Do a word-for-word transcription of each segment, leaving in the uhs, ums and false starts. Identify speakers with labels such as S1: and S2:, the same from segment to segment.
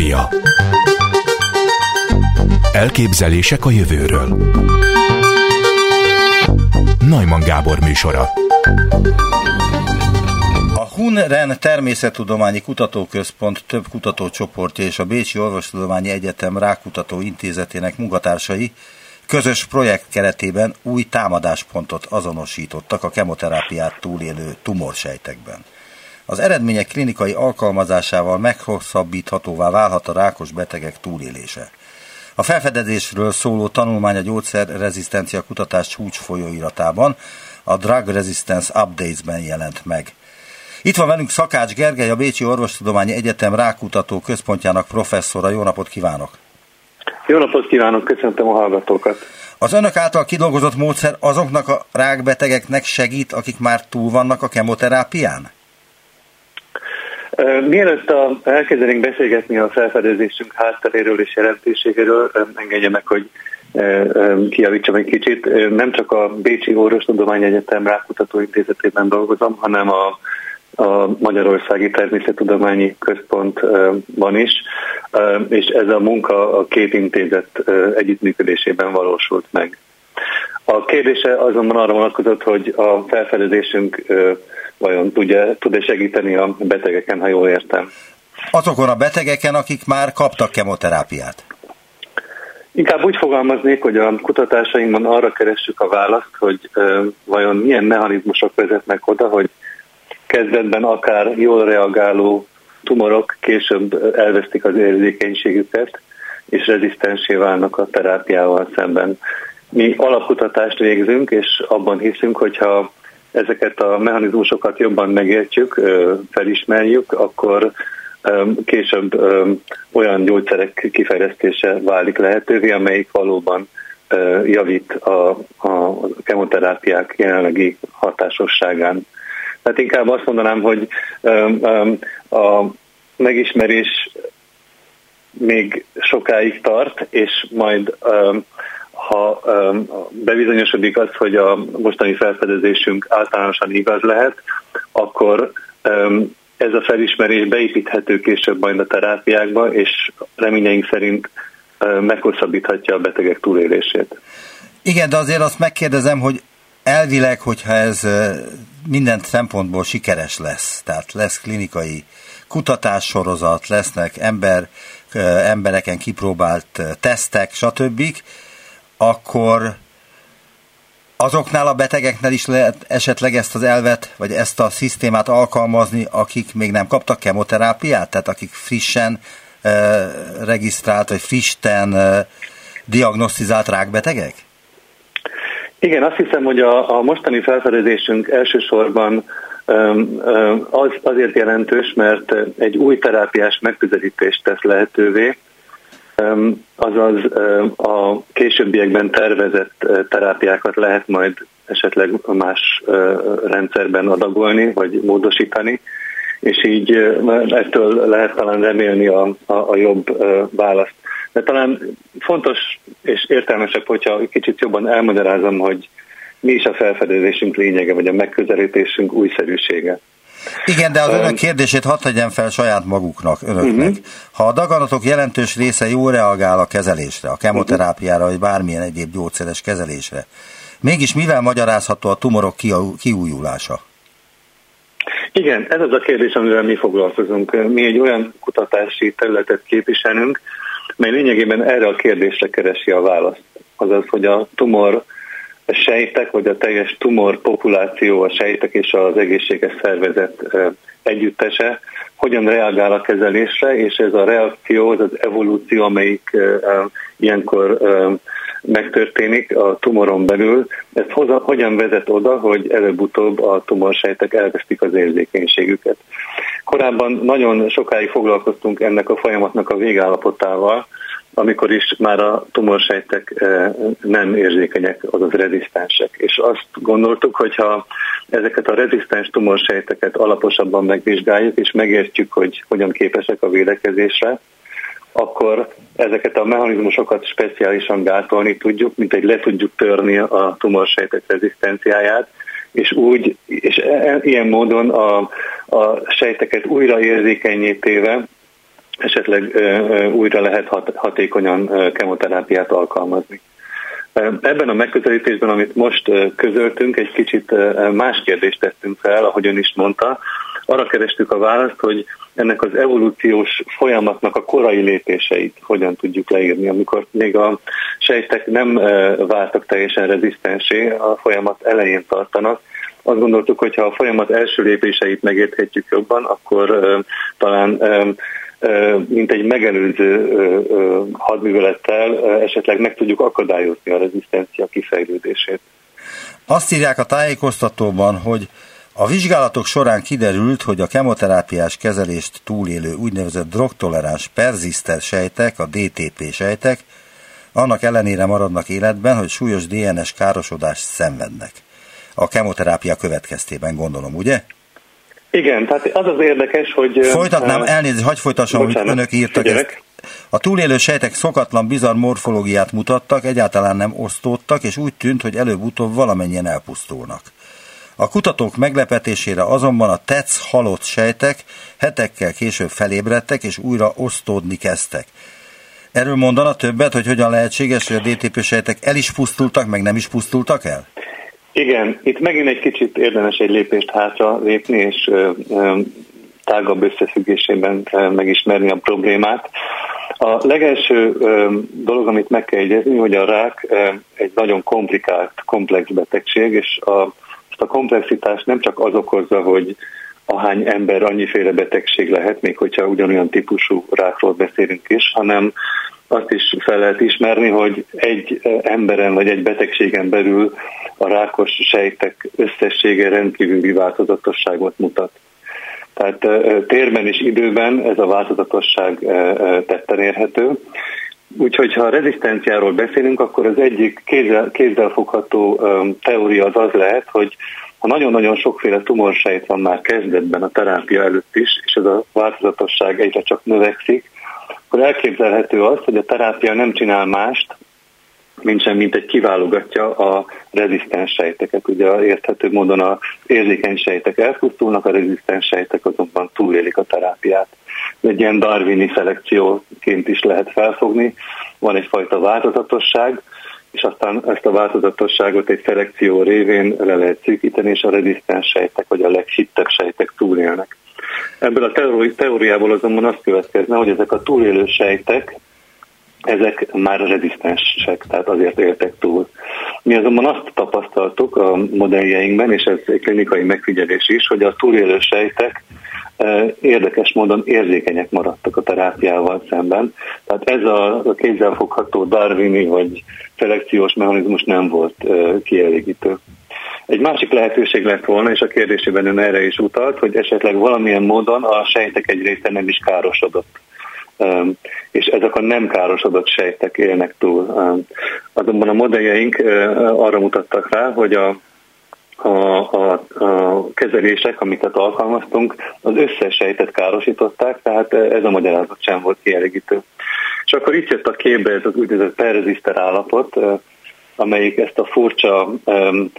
S1: Kemoterápia. Elképzelések a jövőről. Neumann Gábor műsora.
S2: A Hun-Ren Természettudományi Kutatóközpont több kutatócsoportja és a Bécsi Orvostudományi Egyetem Rákkutató Intézetének munkatársai közös projekt keretében új támadáspontot azonosítottak a kemoterápiát túlélő tumorsejtekben. Az eredmények klinikai alkalmazásával meghosszabbíthatóvá válhat a rákos betegek túlélése. A felfedezésről szóló tanulmány a gyógyszerrezisztencia kutatás csúcs folyóiratában, a Drug Resistance Updates-ben jelent meg. Itt van velünk Szakács Gergely, a Bécsi Orvostudományi Egyetem Rákkutató Központjának professzora. Jó napot kívánok!
S3: Jó napot kívánok, köszöntöm a hallgatókat!
S2: Az önök által kidolgozott módszer azoknak a rákbetegeknek segít, akik már túl vannak a kemoterápián?
S3: Mielőtt a, elkezdenénk beszélgetni a felfedezésünk hátteréről és jelentőségéről, engedje meg, hogy kijavítsam egy kicsit. Nem csak a Bécsi Orvostudományi Egyetem Rákkutató Intézetében dolgozom, hanem a, a Magyarországi Természettudományi Központban is, és ez a munka a két intézet együttműködésében valósult meg. A kérdése azonban arra vonatkozott, hogy a felfedezésünk vajon tudja, tud-e segíteni a betegeken, ha jól értem.
S2: Azokon a betegeken, akik már kaptak kemoterápiát?
S3: Inkább úgy fogalmaznék, hogy a kutatásainkban arra keressük a választ, hogy uh, vajon milyen mechanizmusok vezetnek oda, hogy kezdetben akár jól reagáló tumorok később elvesztik az érzékenységüket, és rezisztensé válnak a terápiával szemben. Mi alapkutatást végzünk, és abban hiszünk, hogyha ezeket a mechanizmusokat jobban megértjük, felismerjük, akkor később olyan gyógyszerek kifejlesztése válik lehetővé, amelyik valóban javít a, a kemoterápiák jelenlegi hatásosságán. Tehát inkább azt mondanám, hogy a megismerés még sokáig tart, és majd ha bebizonyosodik az, hogy a mostani felfedezésünk általánosan igaz lehet, akkor ez a felismerés beépíthető később majd a terápiákba, és reményeink szerint meghosszabbíthatja a betegek túlélését.
S2: Igen, de azért azt megkérdezem, hogy elvileg, hogyha ez minden szempontból sikeres lesz, tehát lesz klinikai kutatássorozat, lesznek ember, embereken kipróbált tesztek, stb., akkor azoknál a betegeknél is lehet esetleg ezt az elvet, vagy ezt a szisztémát alkalmazni, akik még nem kaptak kemoterápiát, tehát akik frissen e, regisztrált, vagy frissen e, diagnosztizált rákbetegek?
S3: Igen, azt hiszem, hogy a, a mostani felfedezésünk elsősorban um, um, az, azért jelentős, mert egy új terápiás megközelítést tesz lehetővé, azaz a későbbiekben tervezett terápiákat lehet majd esetleg más rendszerben adagolni, vagy módosítani, és így ettől lehet talán remélni a, a, a jobb választ. De talán fontos és értelmesebb, hogyha kicsit jobban elmagyarázom, hogy mi is a felfedezésünk lényege, vagy a megközelítésünk újszerűsége.
S2: Igen, de az önök kérdését hadd tegyem fel saját maguknak, önöknek. Uh-huh. Ha a daganatok jelentős része jól reagál a kezelésre, a kemoterápiára, vagy bármilyen egyéb gyógyszeres kezelésre, mégis mivel magyarázható a tumorok kiújulása?
S3: Igen, ez az a kérdés, amivel mi foglalkozunk. Mi egy olyan kutatási területet képviselünk, mely lényegében erre a kérdésre keresi a választ. Azaz, hogy a tumor a sejtek, vagy a teljes tumor populáció, a sejtek és az egészséges szervezet együttese hogyan reagál a kezelésre, és ez a reakció, az az evolúció, amelyik ilyenkor megtörténik a tumoron belül, ez hogyan vezet oda, hogy előbb-utóbb a tumorsejtek elvesztik az érzékenységüket. Korábban nagyon sokáig foglalkoztunk ennek a folyamatnak a végállapotával, amikor is már a tumorsejtek nem érzékenyek, azaz rezisztensek. És azt gondoltuk, hogyha ezeket a rezisztens tumorsejteket alaposabban megvizsgáljuk, és megértjük, hogy hogyan képesek a védekezésre, akkor ezeket a mechanizmusokat speciálisan gátolni tudjuk, mint egy le tudjuk törni a tumorsejtek rezisztenciáját, és úgy, és e, ilyen módon a, a sejteket újra érzékennyé téve esetleg újra lehet hat, hatékonyan kemoterápiát alkalmazni. Ebben a megközelítésben, amit most közöltünk, egy kicsit más kérdést tettünk fel, ahogy ön is mondta. Arra kerestük a választ, hogy ennek az evolúciós folyamatnak a korai lépéseit hogyan tudjuk leírni, amikor még a sejtek nem váltak teljesen rezisztensé, a folyamat elején tartanak. Azt gondoltuk, hogy ha a folyamat első lépéseit megérthetjük jobban, akkor talán mint egy megelőző hadművelettel esetleg meg tudjuk akadályozni a rezisztencia kifejlődését.
S2: Azt írják a tájékoztatóban, hogy a vizsgálatok során kiderült, hogy a kemoterápiás kezelést túlélő úgynevezett drogtoleráns perziszter sejtek, a dé té pé sejtek, annak ellenére maradnak életben, hogy súlyos dé en es károsodást szenvednek. A kemoterápia következtében, gondolom, ugye?
S3: Igen, tehát az az érdekes, hogy...
S2: Folytatnám, elnézést, hagyj folytassam, amit önök írtak. Ezt. A túlélő sejtek szokatlan, bizarr morfológiát mutattak, egyáltalán nem osztódtak, és úgy tűnt, hogy előbb-utóbb valamennyien elpusztulnak. A kutatók meglepetésére azonban a té e cé halott sejtek hetekkel később felébredtek, és újra osztódni kezdtek. Erről mondana többet, hogy hogyan lehetséges, hogy a dé té pé sejtek el is pusztultak, meg nem is pusztultak el?
S3: Igen, itt megint egy kicsit érdemes egy lépést hátra lépni, és ö, ö, tágabb összefüggésében ö, megismerni a problémát. A legelső ö, dolog, amit meg kell jegyezni, hogy a rák ö, egy nagyon komplikált, komplex betegség, és a, azt a komplexitást nem csak az okozza, hogy ahány ember annyiféle betegség lehet, még hogyha ugyanolyan típusú rákról beszélünk is, hanem azt is fel lehet ismerni, hogy egy emberen vagy egy betegségen belül a rákos sejtek összessége rendkívüli változatosságot mutat. Tehát térben és időben ez a változatosság tetten érhető. Úgyhogy ha a rezisztenciáról beszélünk, akkor az egyik kézzel, kézzelfogható teória az az lehet, hogy ha nagyon-nagyon sokféle tumorsejt van már kezdetben a terápia előtt is, és ez a változatosság egyre csak növekszik, akkor elképzelhető az, hogy a terápia nem csinál mást, mint sem, mint egy kiválogatja a rezisztens sejteket. Ugye érthető módon az érzékeny sejtek elpusztulnak, a rezisztens sejtek azonban túlélik a terápiát. Egy ilyen darwini szelekcióként is lehet felfogni, van egyfajta változatosság, és aztán ezt a változatosságot egy szelekció révén le lehet szűkíteni, és a rezisztens sejtek, vagy a leghittebb sejtek túlélnek. Ebből a teóriából azonban azt következne, hogy ezek a túlélő sejtek, ezek már rezisztensek, tehát azért éltek túl. Mi azonban azt tapasztaltuk a modelljeinkben, és ez egy klinikai megfigyelés is, hogy a túlélő sejtek érdekes módon érzékenyek maradtak a terápiával szemben. Tehát ez a kézzelfogható darwini vagy szelekciós mechanizmus nem volt kielégítő. Egy másik lehetőség lett volna, és a kérdésében ön erre is utalt, hogy esetleg valamilyen módon a sejtek egy része nem is károsodott. Um, és ezek a nem károsodott sejtek élnek túl. Um, azonban a modelljeink uh, arra mutattak rá, hogy a, a, a, a kezelések, amiket alkalmaztunk, az összes sejtet károsították, tehát ez a magyarázat sem volt kielégítő. És akkor itt jött a képbe ez az úgynevezett perziszter állapot, uh, amelyik ezt a furcsa um,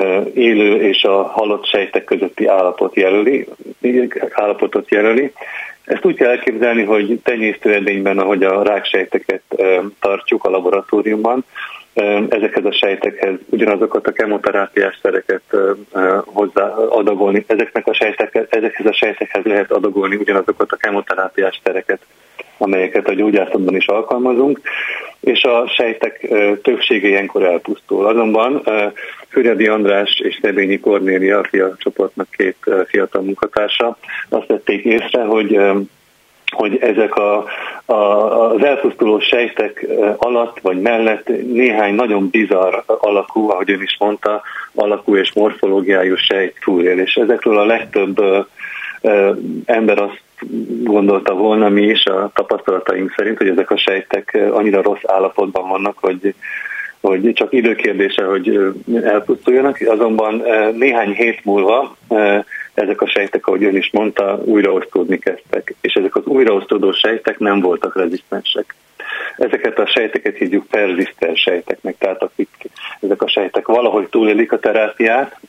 S3: élő és a halott sejtek közötti állapot jelöli, állapotot jelöli. Ezt úgy kell elképzelni, hogy tenyésztőedényben, ahogy a ráksejteket tartjuk a laboratóriumban, ezekhez a sejtekhez ugyanazokat a kemoterápiás szereket hozzá adagolni, ezeknek a sejtekhez, ezekhez a sejtekhez lehet adagolni ugyanazokat a kemoterápiás szereket, amelyeket a gyógyászatban is alkalmazunk, és a sejtek többsége ilyenkor elpusztul. Azonban Füredi András és Szebényi Kornélia, aki a csoportnak két fiatal munkatársa, azt vették észre, hogy hogy ezek a, a, az elpusztuló sejtek alatt vagy mellett néhány nagyon bizarr alakú, ahogy ön is mondta, alakú és morfológiájú sejt túlél, és ezekről a legtöbb ö, ö, ember azt gondolta volna, mi is a tapasztalataink szerint, hogy ezek a sejtek annyira rossz állapotban vannak, hogy, hogy csak időkérdése, hogy elpusztuljanak, azonban néhány hét múlva ezek a sejtek, ahogy ön is mondta, újraosztódni kezdtek, és ezek az újraosztódó sejtek nem voltak rezisztensek. Ezeket a sejteket hívjuk perziszter sejteknek, tehát akik, ezek a sejtek valahogy túlélik a terápiát,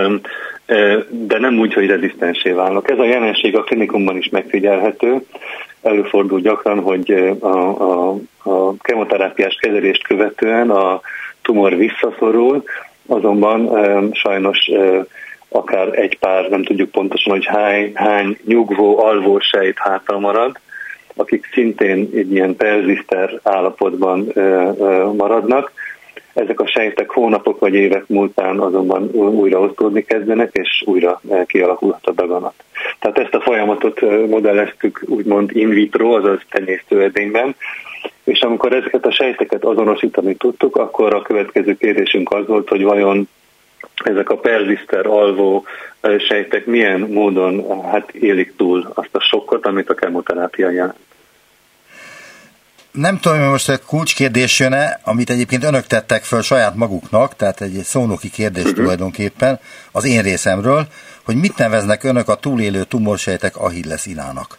S3: de nem úgy, hogy rezisztensé válnak. Ez a jelenség a klinikumban is megfigyelhető, előfordul gyakran, hogy a, a, a kemoterápiás kezelést követően a tumor visszaszorul, azonban sajnos akár egy pár, nem tudjuk pontosan, hogy hány, hány nyugvó, alvó sejt hátra marad, akik szintén egy ilyen perziszter állapotban maradnak. Ezek a sejtek hónapok vagy évek múltán azonban újra osztódni kezdenek, és újra kialakulhat a daganat. Tehát ezt a folyamatot modelleztük úgymond in vitro, azaz tenyésztőedényben, és amikor ezeket a sejteket azonosítani tudtuk, akkor a következő kérdésünk az volt, hogy vajon ezek a perziszter alvó sejtek milyen módon hát élik túl azt a sokkot, amit a kemoterápia jelent.
S2: Nem tudom, hogy most egy kulcskérdés jön-e, amit egyébként önök tettek föl saját maguknak, tehát egy szónoki kérdés uh-huh. tulajdonképpen az én részemről, hogy mit neveznek önök a túlélő tumorsejtek Achilles-inának?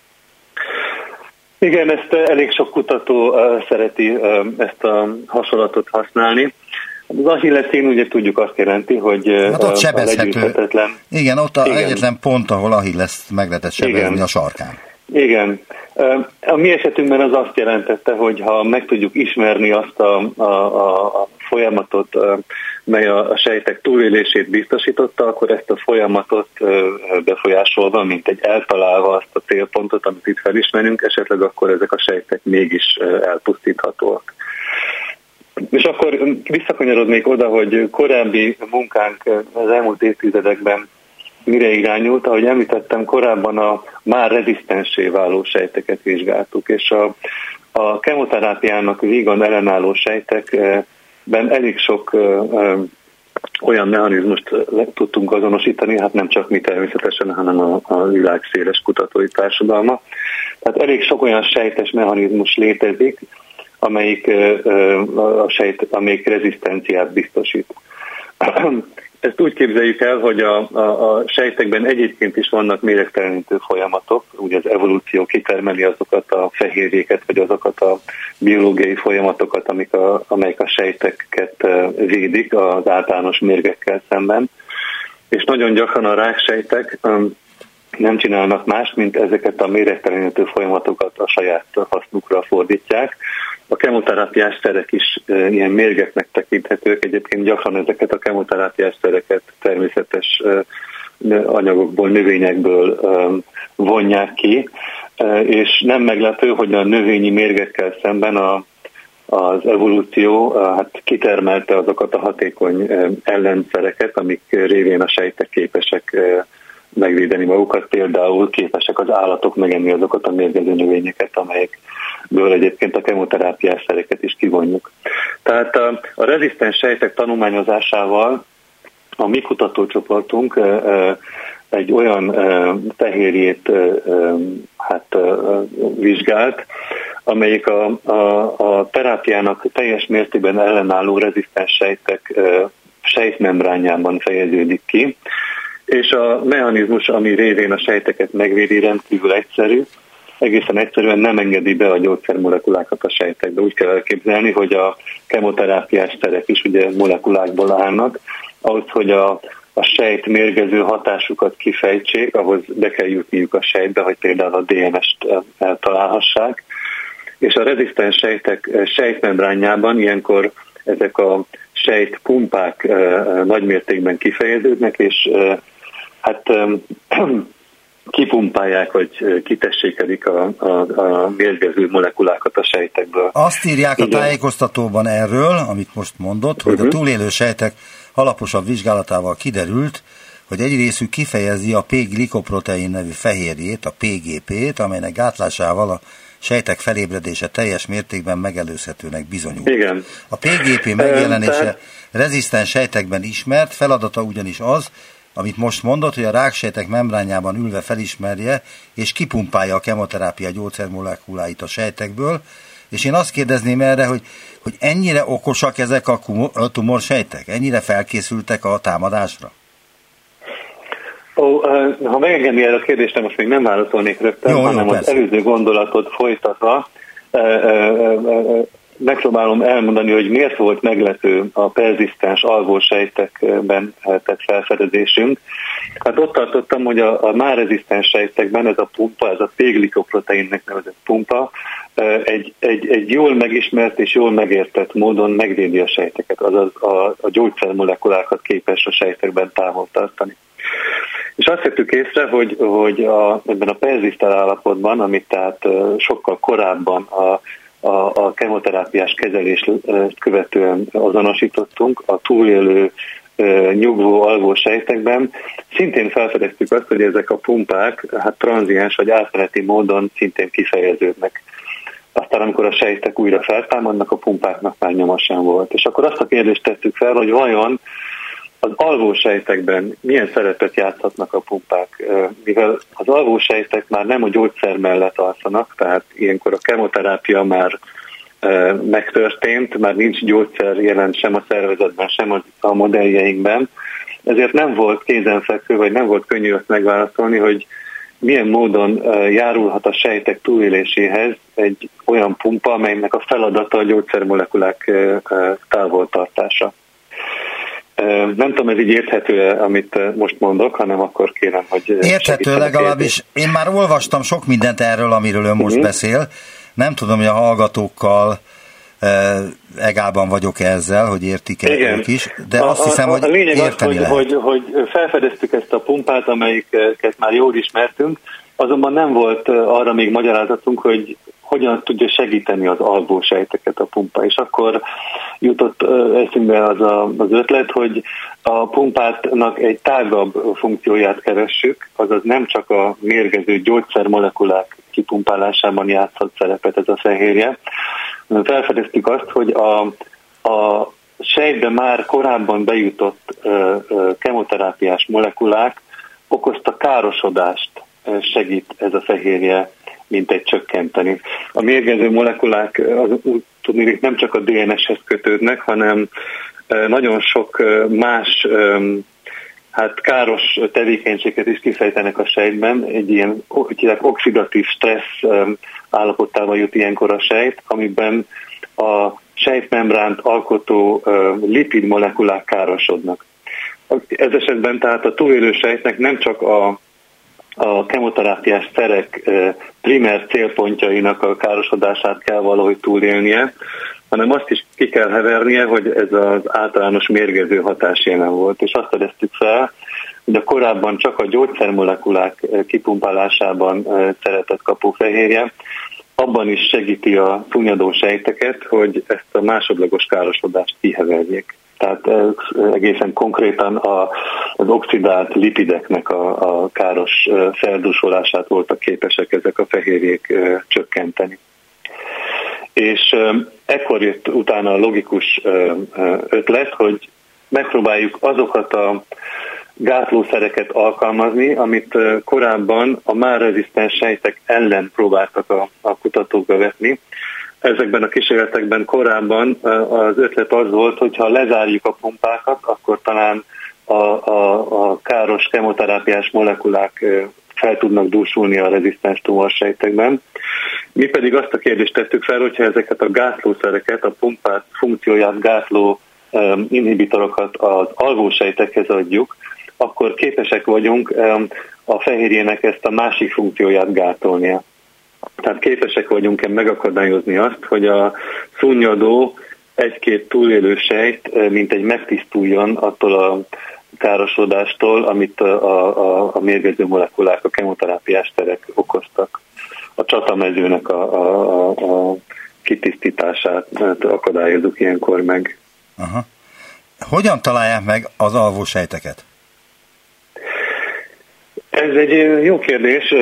S3: Igen, ezt elég sok kutató szereti ezt a hasonlatot használni. Az Achilles-in ugye tudjuk azt jelenti, hogy
S2: hát ott
S3: a legyőzhetetlen.
S2: Igen, ott az egyetlen pont, ahol Achilles-t meg lehetett sebezni a sarkán.
S3: Igen. A mi esetünkben az azt jelentette, hogy ha meg tudjuk ismerni azt a, a, a folyamatot, mely a, a sejtek túlélését biztosította, akkor ezt a folyamatot befolyásolva, mint egy eltalálva azt a célpontot, amit itt felismerünk, esetleg akkor ezek a sejtek mégis elpusztíthatóak. És akkor visszakanyarodnék oda, hogy korábbi munkánk az elmúlt évtizedekben mire irányult, ahogy említettem korábban, a már rezisztenssé váló sejteket vizsgáltuk, és a, a kemoterápiának vígan ellenálló sejtekben elég sok ö, ö, olyan mechanizmust tudtunk azonosítani, hát nem csak mi természetesen, hanem a, a világ széles kutatói társadalma. Tehát elég sok olyan sejtes mechanizmus létezik, amelyik, ö, ö, a sejt, amelyik rezisztenciát biztosít. Ezt úgy képzeljük el, hogy a, a, a sejtekben egyébként is vannak méregtelenítő folyamatok, ugye az evolúció kitermeli azokat a fehérjéket, vagy azokat a biológiai folyamatokat, amik a, amelyek a sejteket védik az általános mérgekkel szemben. És nagyon gyakran a ráksejtek nem csinálnak mást, mint ezeket a méregtelenítő folyamatokat a saját hasznukra fordítják. A kemoterápiás szerek is e, ilyen mérgeknek tekinthetők, egyébként gyakran ezeket a kemoterápiás szereket természetes e, anyagokból, növényekből e, vonják ki, e, és nem meglepő, hogy a növényi mérgekkel szemben a, az evolúció e, hát kitermelte azokat a hatékony e, ellenszereket, amik révén a sejtek képesek e, megvédeni magukat, például képesek az állatok megenni azokat a mérgező növényeket, amelyekből egyébként a kemoterápiás szereket is kivonjuk. Tehát a, a rezisztens sejtek tanulmányozásával a mi kutatócsoportunk egy olyan fehérjét hát, vizsgált, amelyik a, a, a terápiának teljes mértékben ellenálló rezisztens sejtek sejtmembránjában fejeződik ki, és a mechanizmus, ami révén a sejteket megvédi, rendkívül egyszerű, egészen egyszerűen nem engedi be a gyógyszermolekulákat a sejtekbe. Úgy kell elképzelni, hogy a kemoterápiás szerek is ugye molekulákból állnak, ahhoz, hogy a, a sejt mérgező hatásukat kifejtsék, ahhoz be kell jutniuk a sejtbe, hogy például a dé en es-t eltalálhassák, és a rezisztens sejtek sejtmembránjában ilyenkor ezek a sejtpumpák nagymértékben kifejeződnek, és hát kipumpálják, vagy kitessékelik a, a, a mérgező molekulákat a sejtekből.
S2: Azt írják
S3: Igen.
S2: a tájékoztatóban erről, amit most mondott, hogy uh-huh. a túlélő sejtek alaposabb vizsgálatával kiderült, hogy egy részük kifejezi a P-glikoprotein nevű fehérjét, a pé gé pét, amelynek gátlásával a sejtek felébredése teljes mértékben megelőzhetőnek bizonyul.
S3: Igen.
S2: A pé gé pé megjelenése Tehát... rezisztens sejtekben ismert, feladata ugyanis az, amit most mondott, hogy a ráksejtek membránjában ülve felismerje és kipumpálja a kemoterápia gyógyszermolekuláit a sejtekből, és én azt kérdezném erre, hogy, hogy ennyire okosak ezek a tumorsejtek? Ennyire felkészültek a támadásra?
S3: Ó, ha megengedni erre a kérdést, most még nem válaszolnék rögtön, jó, hanem jó, az előző gondolatot folytatva. megpróbálom elmondani, hogy miért volt meglepő a perzisztens alvósejtekben tett felfedezésünk. Hát ott tartottam, hogy a, a már rezisztens sejtekben ez a pumpa, ez a P-glikoproteinnek nevezett pumpa egy, egy, egy jól megismert és jól megértett módon megvédi a sejteket, azaz a, a gyógyszermolekulákat képes a sejtekben távol tartani. És azt vettük észre, hogy, hogy a, ebben a perzisztál állapotban, amit tehát sokkal korábban a, a, a kemoterápiás kezelést követően azonosítottunk, a túlélő nyugvó alvó sejtekben, szintén felfedeztük azt, hogy ezek a pumpák hát tranziens vagy átmeneti módon szintén kifejeződnek. Aztán amikor a sejtek újra feltámadnak, a pumpáknak már nyoma sem volt. És akkor azt a kérdést tettük fel, hogy vajon az alvósejtekben milyen szerepet játszhatnak a pumpák, mivel az alvósejtek már nem a gyógyszer mellett alszanak, tehát ilyenkor a kemoterápia már megtörtént, már nincs gyógyszer jelen sem a szervezetben, sem a modelljeinkben, ezért nem volt kézenfekvő, vagy nem volt könnyű azt megválaszolni, hogy milyen módon járulhat a sejtek túléléséhez egy olyan pumpa, amelynek a feladata a gyógyszermolekulák távoltartása. Nem tudom, ez így érthető-e, amit most mondok, hanem akkor kérem, hogy...
S2: Érthető, legalábbis én már olvastam sok mindent erről, amiről ön most uh-huh. beszél. Nem tudom, hogy a hallgatókkal egálban vagyok ezzel, hogy értik-e ők is, de a, azt hiszem, a, a hogy lényeg érteni az, hogy, hogy, hogy felfedeztük ezt a pumpát, amelyiket már jól ismertünk, azonban nem volt arra még magyarázatunk, hogy hogyan tudja segíteni az alvósejteket a pumpa. És akkor jutott eszünkbe az a, az ötlet, hogy a pumpátnak egy tágabb funkcióját keressük, azaz nem csak a mérgező gyógyszermolekulák kipumpálásában játszott szerepet ez a fehérje. Felfedeztük azt, hogy a, a sejtbe már korábban bejutott ö, ö, kemoterápiás molekulák okozta károsodást segít ez a fehérje mint egy csökkenteni. A mérgező molekulák az, úgy tudni, nem csak a dé en es-hez kötődnek, hanem nagyon sok más hát káros tevékenységet is kifejtenek a sejtben. Egy ilyen oxidatív stressz állapotában jut ilyenkor a sejt, amiben a sejtmembránt alkotó lipid molekulák károsodnak. Ez esetben tehát a túlélő sejtnek nem csak a a kemoterápiás szerek primer célpontjainak a károsodását kell valahogy túlélnie, hanem azt is ki kell hevernie, hogy ez az általános mérgező hatás jelen volt. És azt fedeztük fel, hogy a korábban csak a gyógyszermolekulák kipumpálásában szeretett kapó fehérje, abban is segíti a szúnyadó sejteket, hogy ezt a másodlagos károsodást kiheverjék. Tehát egészen konkrétan a, az oxidált lipideknek a, a káros feldúsolását voltak képesek ezek a fehérjék csökkenteni. És ekkor jött utána a logikus ötlet, hogy megpróbáljuk azokat a gátlószereket alkalmazni, amit korábban a már rezisztens sejtek ellen próbáltak a, a kutatók bevetni. Ezekben a kísérletekben korábban az ötlet az volt, hogy ha lezárjuk a pumpákat, akkor talán a, a, a káros kemoterápiás molekulák fel tudnak dúsulni a rezisztens tumorsejtekben. Mi pedig azt a kérdést tettük fel, hogyha ezeket a gátlószereket, a pumpát funkcióját gátló um, inhibitorokat az alvósejtekhez adjuk, akkor képesek vagyunk um, a fehérjének ezt a másik funkcióját gátolnia. Tehát képesek vagyunk-e megakadályozni azt, hogy a szúnyadó egy-két túlélő sejt mint egy megtisztuljon attól a károsodástól, amit a, a, a mérgező molekulák, a kemoterápiás terek okoztak. A csatamezőnek a, a, a, a kitisztítását akadályozunk ilyenkor meg. Aha. Hogyan találják meg az alvósejteket?
S3: Ez egy jó kérdés.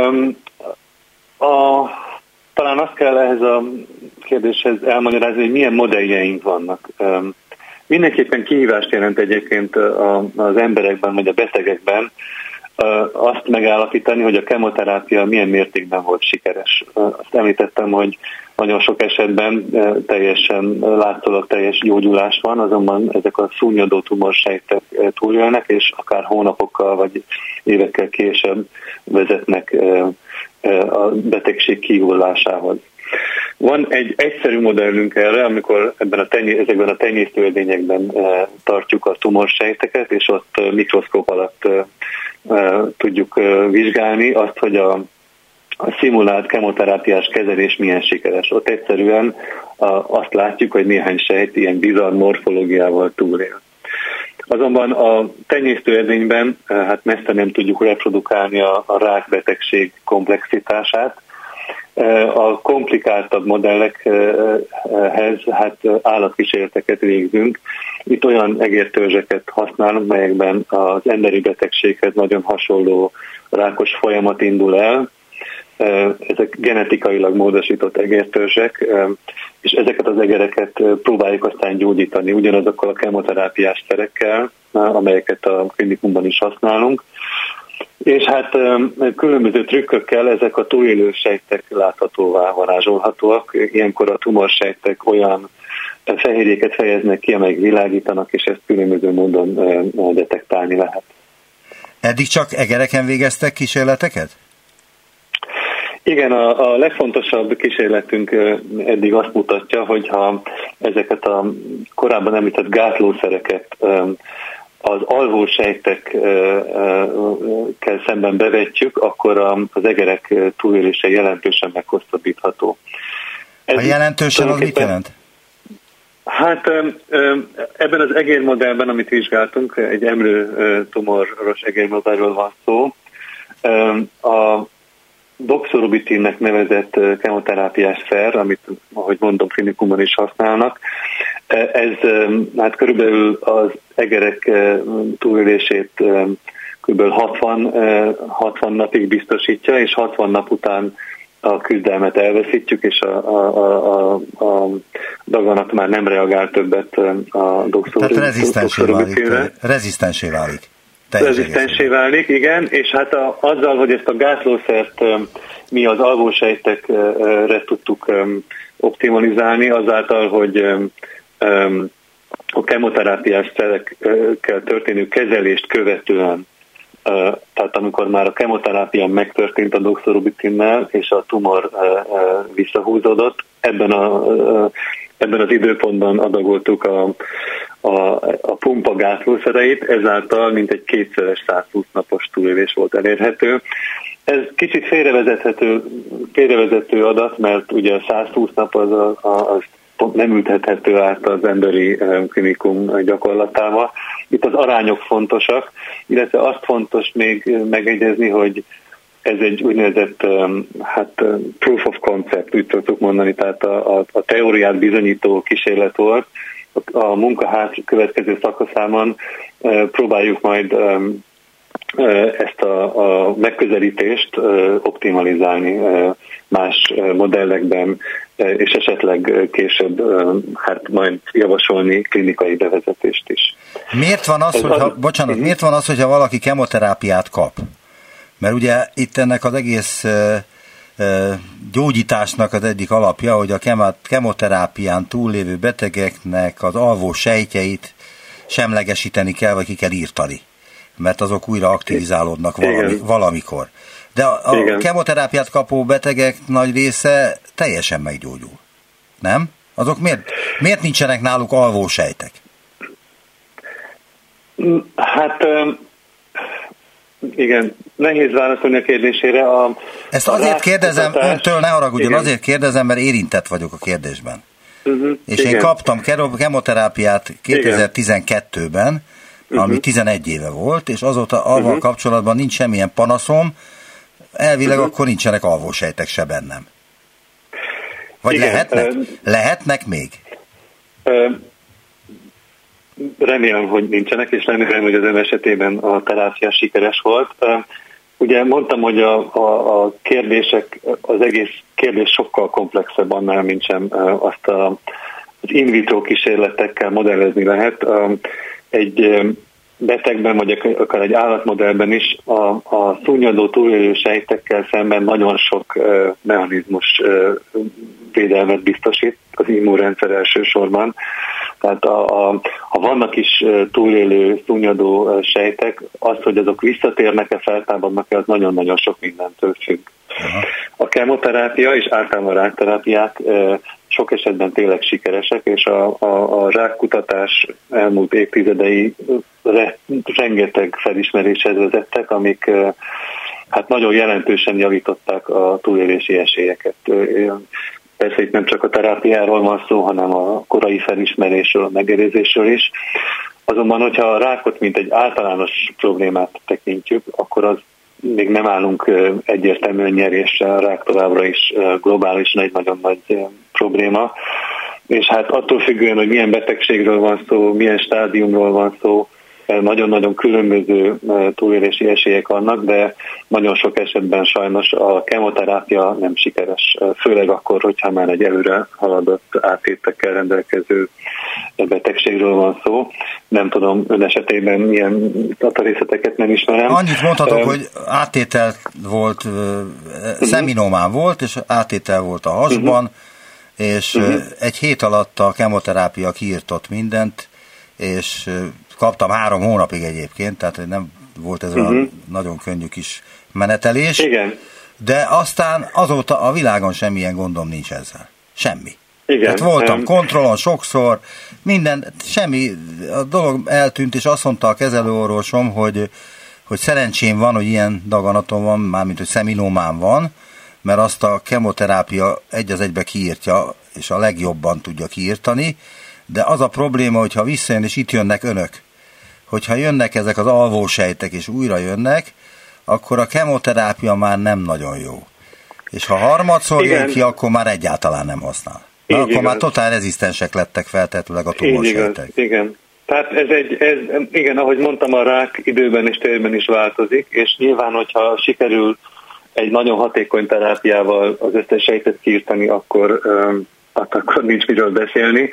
S3: A, talán azt kell ehhez a kérdéshez elmagyarázni, hogy milyen modelljeink vannak. Mindenképpen kihívást jelent egyébként az emberekben, vagy a betegekben azt megállapítani, hogy a kemoterápia milyen mértékben volt sikeres. Azt említettem, hogy nagyon sok esetben teljesen látszólag teljes gyógyulás van, azonban ezek a szúnyadó tumorsejtek túlélnek, és akár hónapokkal vagy évekkel később vezetnek a betegség kihulásához. Van egy egyszerű modellünk erre, amikor ebben a tenyé, ezekben a tenyésztőedényekben e, tartjuk a tumorsejteket, és ott e, mikroszkóp alatt e, e, tudjuk e, vizsgálni azt, hogy a, a szimulált kemoterápiás kezelés milyen sikeres. Ott egyszerűen a, azt látjuk, hogy néhány sejt ilyen bizarr morfológiával túlél. Azonban a tenyésztőedényben e, hát messze nem tudjuk reprodukálni a, a rákbetegség komplexitását. A komplikáltabb modellekhez hát állatkísérleteket végzünk. Itt olyan egértörzseket használunk, melyekben az emberi betegséghez nagyon hasonló rákos folyamat indul el. Ezek genetikailag módosított egértörzsek, és ezeket az egereket próbáljuk aztán gyógyítani ugyanazokkal a kemoterápiás szerekkel, amelyeket a klinikumban is használunk. És hát különböző trükkökkel ezek a túlélő sejtek láthatóvá varázsolhatóak. Ilyenkor a tumorsejtek olyan fehérjéket fejeznek ki, amelyek világítanak, és ezt különböző módon detektálni lehet.
S2: Eddig csak egereken végeztek kísérleteket?
S3: Igen, a, a legfontosabb kísérletünk eddig azt mutatja, hogyha ezeket a korábban említett gátlószereket az alvósejtekkel szemben bevetjük, akkor az egerek túlélése jelentősen meghosszabbítható.
S2: Ez a jelentősen az mit jelent?
S3: Hát ebben az egérmodellben, amit vizsgáltunk, egy emlő tumoros egérmodellről van szó. A doxorubitinnek nevezett kemoterápiás szer, amit, ahogy mondom, klinikumban is használnak, ez hát körülbelül az egerek túlélését körülbelül hatvan, hatvan napig biztosítja, és hatvan nap után a küzdelmet elveszítjük, és a, a, a, a daganat már nem reagál többet a doxorubitinre.
S2: Rezisztensé válik.
S3: Rezisztensé válik, igen, és hát a, azzal, hogy ezt a gátlószert mi az alvósejtekre tudtuk optimalizálni, azáltal, hogy a kemoterápiás szerekkel történő kezelést követően, tehát amikor már a kemoterápia megtörtént a doxorubitinnel, és a tumor visszahúzódott, ebben, a, ebben az időpontban adagoltuk a, a, a pumpa gátlószereit, ezáltal mintegy kétszeres százhúsz napos túlélés volt elérhető. Ez kicsit félrevezethető, félrevezető adat, mert ugye a százhúsz nap az, a, az nem ültethető át az emberi klinikum gyakorlatába. Itt az arányok fontosak, illetve azt fontos még megegyezni, hogy ez egy úgynevezett hát, proof of concept, úgy szoktuk mondani, tehát a, a, a teóriát bizonyító kísérlet volt. A munka hát következő szakaszában próbáljuk majd ezt a, a megközelítést optimalizálni más modellekben, és esetleg később hát majd javasolni klinikai bevezetést is.
S2: Miért van az, hogyha, a... bocsánat, miért van az, hogyha valaki kemoterápiát kap? Mert ugye itt ennek az egész gyógyításnak az egyik alapja, hogy a kemoterápián túllévő betegeknek az alvó sejtjeit semlegesíteni kell, vagy ki kell írtani, mert azok újra aktivizálódnak valami, valamikor. De a, a kemoterápiát kapó betegek nagy része teljesen meggyógyul. Nem? Azok miért, miért nincsenek náluk alvósejtek?
S3: Hát igen, nehéz válaszolni a kérdésére. A,
S2: Ezt azért kérdezem, kutatás... öntől ne haragudjon, igen. Azért kérdezem, mert érintett vagyok a kérdésben. Uh-huh, és igen. Én kaptam kemoterápiát kétezer-tizenkettőben, ami uh-huh. tizenegy éve volt, és azóta avval uh-huh. kapcsolatban nincs semmilyen panaszom, elvileg uh-huh. akkor nincsenek alvósejtek se bennem. Vagy igen, lehetnek? Uh, lehetnek még? Uh,
S3: remélem, hogy nincsenek, és remélem, hogy az ön esetében a terápia sikeres volt. Uh, ugye mondtam, hogy a, a, a kérdések, az egész kérdés sokkal komplexebb annál, mint sem uh, azt a, az in vitro kísérletekkel modellezni lehet. Uh, egy betegben, vagy akár egy állatmodellben is a, a szúnyadó túlélő sejtekkel szemben nagyon sok uh, mechanizmus uh, védelmet biztosít, az immunrendszer elsősorban. Tehát a, a, ha vannak is uh, túlélő szúnyadó uh, sejtek, az, hogy azok visszatérnek-e, feltámadnak-e, az nagyon-nagyon sok mindentől függ. Uh-huh. A kemoterápia és általában rákterápiák sok esetben tényleg sikeresek, és a, a, a rákkutatás elmúlt évtizedei re, rengeteg felismeréshez vezettek, amik hát nagyon jelentősen javították a túlélési esélyeket. Persze itt nem csak a terápiáról van szó, hanem a korai felismerésről, a megelőzésről is. Azonban, hogyha a rákot mint egy általános problémát tekintjük, akkor az még nem állunk egyértelműen nyeréssel, a rák továbbra is globálisan egy nagyon nagy probléma. És hát attól függően, hogy milyen betegségről van szó, milyen stádiumról van szó, nagyon-nagyon különböző túlélési esélyek vannak, de nagyon sok esetben sajnos a kemoterápia nem sikeres, főleg akkor, hogyha már egy előre haladott áttétekkel rendelkező betegségről van szó. Nem tudom, ön esetében milyen részleteket nem ismerem.
S2: Annyit mondhatok, um, hogy áttétel volt, uh, szeminomán volt, és áttétel volt a hasban, uh-huh. és uh, egy hét alatt a kemoterápia kiírtott mindent, és uh, kaptam három hónapig egyébként, tehát nem volt ez uh-huh. a nagyon könnyű kis menetelés.
S3: Igen.
S2: De aztán azóta a világon semmilyen gondom nincs ezzel. Semmi.
S3: Igen.
S2: Tehát voltam kontrollon sokszor, minden, semmi, a dolog eltűnt, és azt mondta a kezelőorvosom, hogy, hogy szerencsém van, hogy ilyen daganatom van, mármint, hogy szeminomám van, mert azt a kemoterápia egy az egybe kiírtja, és a legjobban tudja kiírtani, de az a probléma, hogyha visszajön, és itt jönnek önök, hogyha jönnek ezek az alvósejtek, és újra jönnek, akkor a kemoterápia már nem nagyon jó. És ha harmadszor jön ki, akkor már egyáltalán nem használ. Na, akkor igaz. Már totál rezisztensek lettek feltétlenül a tumorsejtek.
S3: Igen. Tehát ez egy, ez, igen, ahogy mondtam, a rák időben és térben is változik, és nyilván, hogyha sikerül egy nagyon hatékony terápiával az összes sejtet kiírtani, akkor, um, akkor nincs miről beszélni.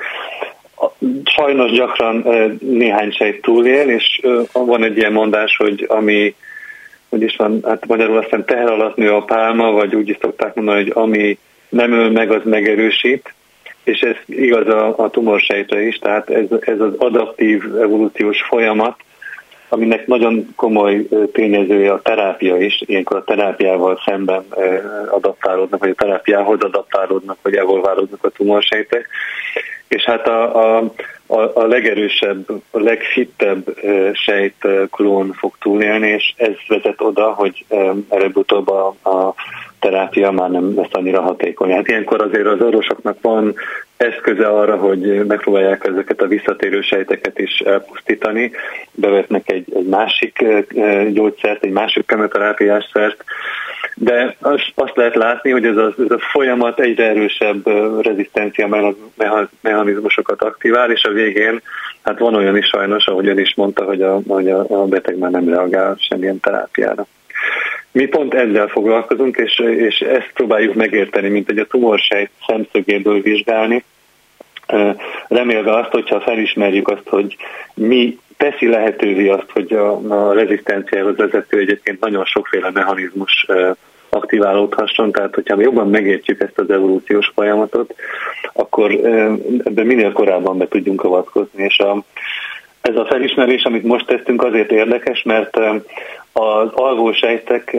S3: Sajnos gyakran néhány sejt túlél, és van egy ilyen mondás, hogy ami, hogy is van, hát magyarul aztán teher alatt nő a pálma, vagy úgy is szokták mondani, hogy ami nem öl meg, az megerősít, és ez igaz a, a tumorsejtre is, tehát ez, ez az adaptív evolúciós folyamat, aminek nagyon komoly tényezője a terápia is, ilyenkor a terápiával szemben adaptálódnak, vagy a terápiához adaptálódnak, vagy evolválódnak a tumorsejtek. És hát a, a, a legerősebb, a legfittebb sejt klón fog túlélni, és ez vezet oda, hogy előbb-utóbb a, a terápia már nem lesz annyira hatékony. Hát ilyenkor azért az orvosoknak van eszköze arra, hogy megpróbálják ezeket a visszatérő sejteket is elpusztítani, bevetnek egy, egy másik gyógyszert, egy másik kemoterápiás szert, de azt lehet látni, hogy ez a, ez a folyamat egyre erősebb rezisztencia mechanizmusokat aktivál, és a végén hát van olyan is sajnos, ahogy ön is mondta, hogy a, hogy a, a beteg már nem reagál semmilyen terápiára. Mi pont ezzel foglalkozunk, és, és ezt próbáljuk megérteni, mint hogy a tumorsejt szemszögéből vizsgálni, remélve azt, hogyha felismerjük azt, hogy mi teszi lehetővé azt, hogy a, a rezisztenciához vezető egyébként nagyon sokféle mechanizmus aktiválódhasson, tehát hogyha mi jobban megértjük ezt az evolúciós folyamatot, akkor ebben minél korábban be tudjunk avatkozni, és a, ez a felismerés, amit most tesztünk, azért érdekes, mert az alvósejtek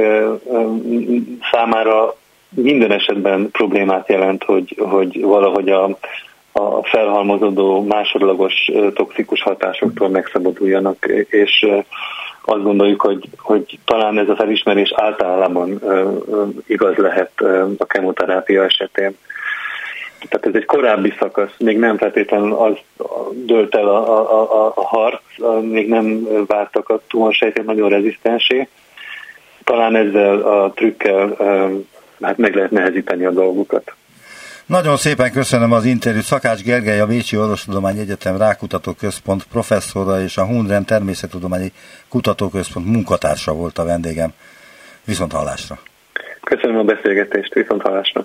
S3: számára minden esetben problémát jelent, hogy, hogy valahogy a, a felhalmozódó másodlagos toxikus hatásoktól megszabaduljanak, és azt gondoljuk, hogy, hogy talán ez a felismerés általában igaz lehet a kemoterápia esetén. Tehát ez egy korábbi szakasz, még nem feltétlenül az dőlt el a, a, a, a harc, még nem váltak a tumorsejtek nagyon rezisztensé. Talán ezzel a trükkel hát meg lehet nehezíteni a dolgukat.
S2: Nagyon szépen köszönöm az interjút. Szakács Gergely, a Bécsi Orvostudományi Egyetem Rákutató Központ professzora és a Hundren Természettudományi Kutatóközpont munkatársa volt a vendégem. Viszont hallásra.
S3: Köszönöm a beszélgetést, viszont hallásra.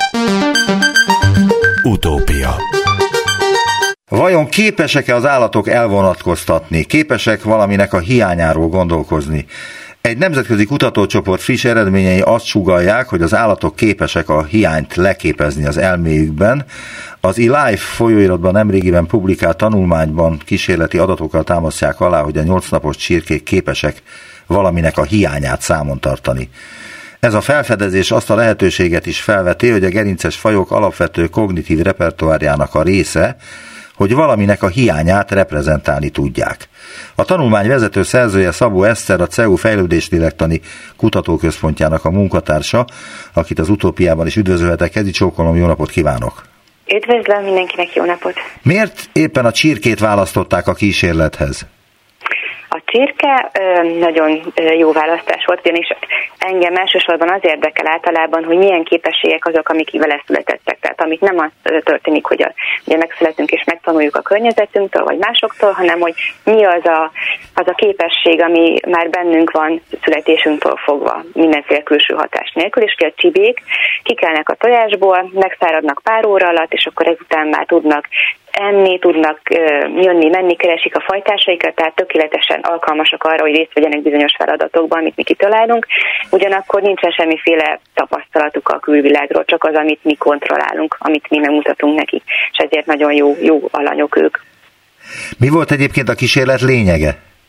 S1: Utópia.
S2: Vajon képesek-e az állatok elvonatkoztatni? Képesek valaminek a hiányáról gondolkozni? Egy nemzetközi kutatócsoport friss eredményei azt sugallják, hogy az állatok képesek a hiányt leképezni az elméjükben. Az eLife folyóiratban nemrégiben publikált tanulmányban kísérleti adatokkal támasztják alá, hogy a nyolc napos csirkék képesek valaminek a hiányát számon tartani. Ez a felfedezés azt a lehetőséget is felveti, hogy a gerinces fajok alapvető kognitív repertoárjának a része, hogy valaminek a hiányát reprezentálni tudják. A tanulmány vezető szerzője Szabó Eszter, a cé e u Fejlődéslélektani Kutatóközpontjának a munkatársa, akit az Utópiában is üdvözölhetek. Kezi csókolom, jó napot kívánok!
S4: Üdvözlöm, mindenkinek jó napot!
S2: Miért éppen a csirkét választották a kísérlethez?
S4: A csirke nagyon jó választás volt, ugyanis engem elsősorban az érdekel általában, hogy milyen képességek azok, amik vele születettek. Tehát amit nem az történik, hogy a, ugye megszületünk és megtanuljuk a környezetünktől, vagy másoktól, hanem hogy mi az a, az a képesség, ami már bennünk van születésünktől fogva, mindenféle külső hatás nélkül, és hogy a csibék kikelnek a tojásból, megszáradnak pár óra alatt, és akkor ezután már tudnak enni, tudnak jönni, menni, keresik a fajtásaikat, tehát tökéletesen alkalmasak arra, hogy részt vegyenek bizonyos feladatokban, amit mi kitalálunk. Ugyanakkor nincsen semmiféle tapasztalatuk a külvilágról, csak az, amit mi kontrollálunk, amit mi megmutatunk nekik, és ezért nagyon jó, jó alanyok ők.
S2: Mi volt egyébként a kísérlet lényege?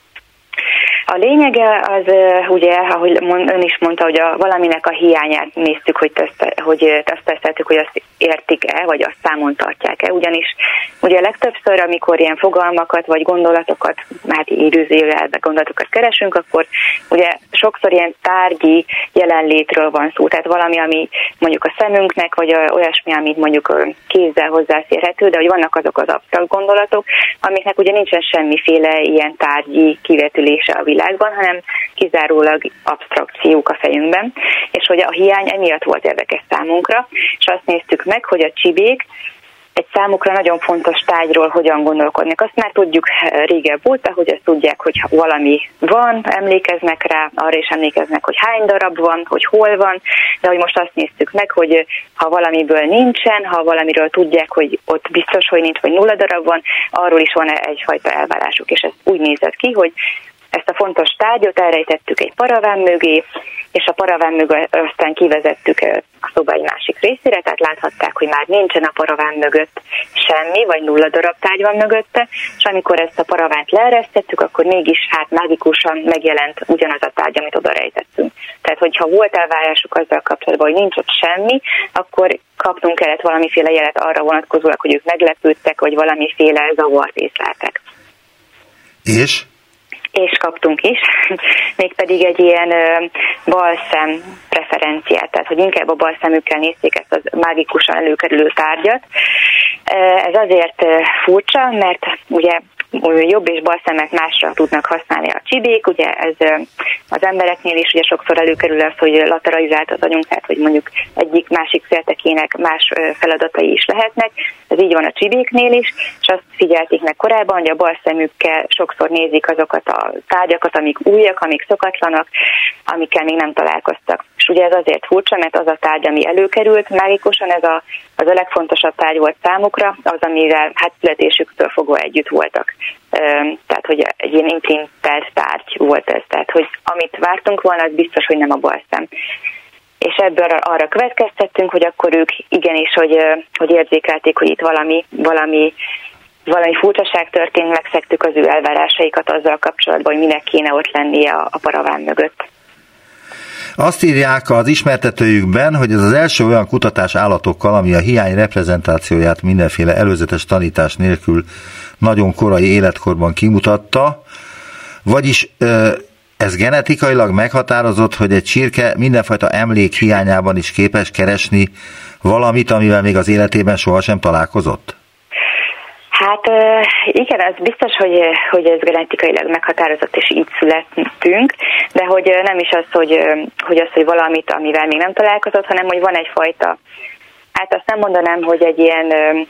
S4: A lényege az, ugye, ahogy ön is mondta, hogy a valaminek a hiányát néztük, hogy, teszt, hogy teszteltük, hogy azt értik-e, vagy azt számon tartják-e. Ugyanis ugye legtöbbször, amikor ilyen fogalmakat, vagy gondolatokat, hát időzőjelben gondolatokat keresünk, akkor ugye sokszor ilyen tárgyi jelenlétről van szó. Tehát valami, ami mondjuk a szemünknek, vagy olyasmi, amit mondjuk kézzel hozzáférhető, de hogy vannak azok az absztrakt gondolatok, amiknek ugye nincsen semmiféle ilyen tárgyi kivetülése a világban, hanem kizárólag absztrakciók a fejünkben, és hogy a hiány emiatt volt érdekes számunkra, és azt néztük meg, hogy a csibék egy számukra nagyon fontos tárgyról hogyan gondolkodnak. Azt már tudjuk régebb óta, hogy azt tudják, hogy valami van, emlékeznek rá, arra is emlékeznek, hogy hány darab van, hogy hol van, de hogy most azt néztük meg, hogy ha valamiből nincsen, ha valamiről tudják, hogy ott biztos, hogy nincs, vagy nulla darab van, arról is van egyfajta elvárásuk, és ez úgy nézett ki, hogy ezt a fontos tárgyat elrejtettük egy paraván mögé, és a paraván mögé aztán kivezettük a szoba egy másik részére, tehát láthatták, hogy már nincsen a paraván mögött semmi, vagy nulla darab tárgy van mögötte, és amikor ezt a paravánt leeresztettük, akkor mégis hát mágikusan megjelent ugyanaz a tárgy, amit oda rejtettünk. Tehát, hogyha volt elvárásuk azzal kapcsolatban, hogy nincs ott semmi, akkor kapnunk kellett valamiféle jelet arra vonatkozólag, hogy ők meglepődtek, vagy valamiféle zavart észleltek.
S2: És?
S4: És kaptunk is, mégpedig egy ilyen ö, balszem preferenciát, tehát hogy inkább a balszemükkel nézték ezt az mágikusan előkerülő tárgyat. Ez azért furcsa, mert ugye jobb és bal szemet másra tudnak használni a csibék, ugye ez az embereknél is ugye sokszor előkerül az, hogy lateralizált az agyunk, tehát hogy mondjuk egyik másik féltekének más feladatai is lehetnek, ez így van a csibéknél is, és azt figyelték meg korábban, hogy a bal szemükkel sokszor nézik azokat a tárgyakat, amik újak, amik szokatlanak, amikkel még nem találkoztak. És ugye ez azért furcsa, mert az a tárgy, ami előkerült, mágikusan ez a, az a legfontosabb tárgy volt számukra, az, amivel hát születésüktől fogva együtt voltak. Tehát, hogy egy ilyen imprinter tárgy volt ez, tehát, hogy amit vártunk volna, az biztos, hogy nem a balszem. És ebből arra következtettünk, hogy akkor ők igenis, hogy, hogy érzékelték, hogy itt valami, valami, valami furcsaság történt, megszegtük az ő elvárásaikat azzal kapcsolatban, hogy minek kéne ott lennie a, a paraván mögött.
S2: Azt írják az ismertetőjükben, hogy ez az első olyan kutatás állatokkal, ami a hiány reprezentációját mindenféle előzetes tanítás nélkül nagyon korai életkorban kimutatta, vagyis ez genetikailag meghatározott, hogy egy csirke mindenfajta emlék hiányában is képes keresni valamit, amivel még az életében sohasem találkozott?
S4: Hát igen, az biztos, hogy, hogy ez genetikailag meghatározott, és így születtünk, de hogy nem is az, hogy, hogy az, hogy valamit, amivel még nem találkozott, hanem hogy van egyfajta, hát azt nem mondanám, hogy egy ilyen,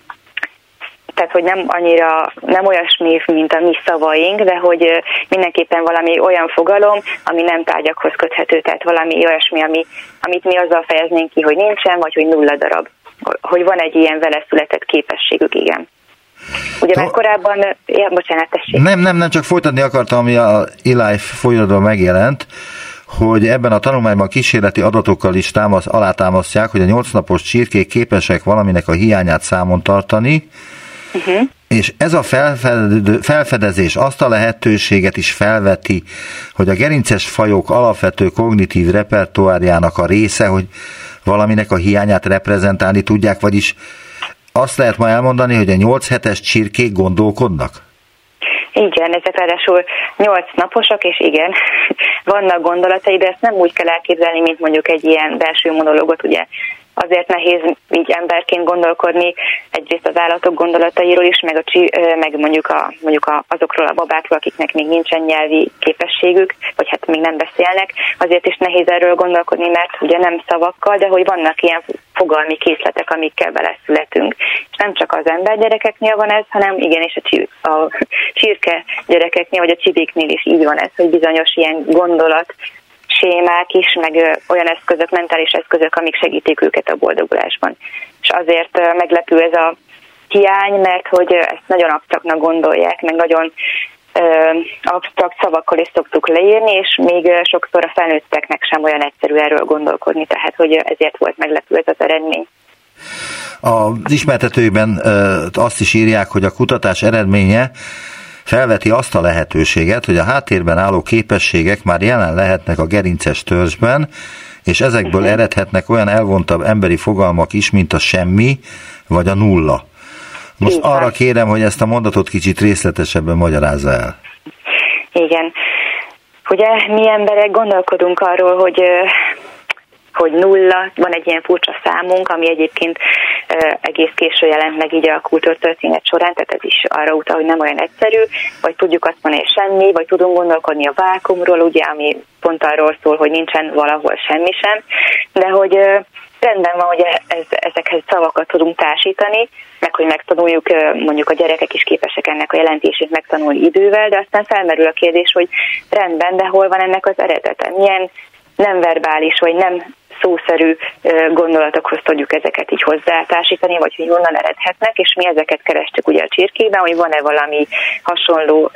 S4: tehát hogy nem annyira, nem olyasmi, mint a mi szavaink, de hogy mindenképpen valami olyan fogalom, ami nem tárgyakhoz köthető, tehát valami olyasmi, ami, amit mi azzal fejeznénk ki, hogy nincsen, vagy hogy nulla darab. Hogy van egy ilyen vele született képességük, igen. Ugye már korábban, ja, bocsánat, tessék.
S2: Nem, nem, nem, csak folytatni akartam, ami a eLife folyadóban megjelent, hogy ebben a tanulmányban kísérleti adatokkal is támasz, alátámasztják, hogy a nyolc napos csirkék képesek valaminek a hiányát számon tartani, uh-huh. És ez a felfedező, felfedezés azt a lehetőséget is felveti, hogy a gerinces fajok alapvető kognitív repertoárjának a része, hogy valaminek a hiányát reprezentálni tudják, vagyis azt lehet ma elmondani, hogy a nyolc hetes csirkék gondolkodnak?
S4: Igen, ezek ráadásul nyolc naposak, és igen, vannak gondolatai, de ezt nem úgy kell elképzelni, mint mondjuk egy ilyen belső monológot, ugye. Azért nehéz így emberként gondolkodni egyrészt az állatok gondolatairól is, meg, a, meg mondjuk, a, mondjuk a, azokról a babákról, akiknek még nincsen nyelvi képességük, vagy hát még nem beszélnek. Azért is nehéz erről gondolkodni, mert ugye nem szavakkal, de hogy vannak ilyen fogalmi készletek, amikkel beleszületünk. És nem csak az ember gyerekeknél van ez, hanem igenis a, csir, a csirke gyerekeknél, vagy a csibéknél is így van ez, hogy bizonyos ilyen gondolat, sémák is, meg olyan eszközök, mentális eszközök, amik segítik őket a boldogulásban. És azért meglepő ez a hiány, mert hogy ezt nagyon absztraktnak gondolják, meg nagyon ö, absztrakt szavakkal is szoktuk leírni, és még sokszor a felnőtteknek sem olyan egyszerű erről gondolkodni, tehát hogy ezért volt meglepő ez az eredmény.
S2: Az ismertetőben azt is írják, hogy a kutatás eredménye felveti azt a lehetőséget, hogy a háttérben álló képességek már jelen lehetnek a gerinces törzsben, és ezekből uh-huh. eredhetnek olyan elvontabb emberi fogalmak is, mint a semmi, vagy a nulla. Most igen. Arra kérem, hogy ezt a mondatot kicsit részletesebben magyarázza el. Igen. Ugye mi emberek gondolkodunk arról, hogy hogy nulla, van egy ilyen furcsa számunk, ami egyébként uh, egész késő jelent meg így a kultúrtörténet során, tehát ez is arra utal, hogy nem olyan egyszerű, vagy tudjuk azt mondani, hogy semmi, vagy tudunk gondolkodni a vákuumról, ugye, ami pont arról szól, hogy nincsen valahol semmi sem, de hogy uh, rendben van, hogy ez, ezekhez szavakat tudunk társítani, meg hogy megtanuljuk, uh, mondjuk a gyerekek is képesek ennek a jelentését megtanulni idővel, de aztán felmerül a kérdés, hogy rendben, de hol van ennek az eredete? Milyen nem verbális, vagy nem szószerű gondolatokhoz tudjuk ezeket így hozzátársítani, vagy hogy honnan eredhetnek, és mi ezeket kerestük ugye a csirkében, hogy van-e valami hasonló,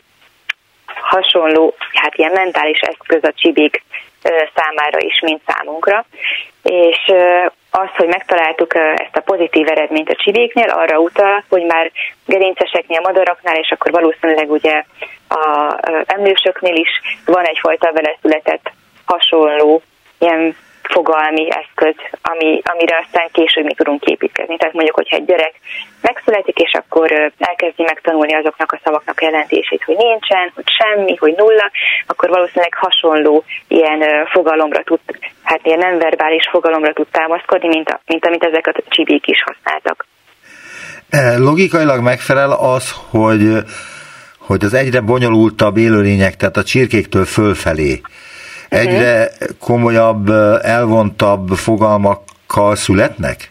S2: hasonló hát ilyen mentális eszköz a csibék számára is, mint számunkra. És az, hogy megtaláltuk ezt a pozitív eredményt a csibéknél, arra utal, hogy már gerinceseknél, madaraknál, és akkor valószínűleg ugye az emlősöknél is van egyfajta vele született hasonló ilyen fogalmi eszköz, ami, amire aztán később mi tudunk építkezni. Tehát mondjuk, hogyha egy gyerek megszületik, és akkor elkezdi megtanulni azoknak a szavaknak a jelentését, hogy nincsen, hogy semmi, hogy nulla, akkor valószínűleg hasonló ilyen fogalomra tud, hát ilyen nem verbális fogalomra tud támaszkodni, mint, a, mint amit ezek a csibék is használtak. Logikailag megfelel az, hogy, hogy az egyre bonyolultabb élőlények, tehát a csirkéktől fölfelé egyre komolyabb, elvontabb fogalmakkal születnek?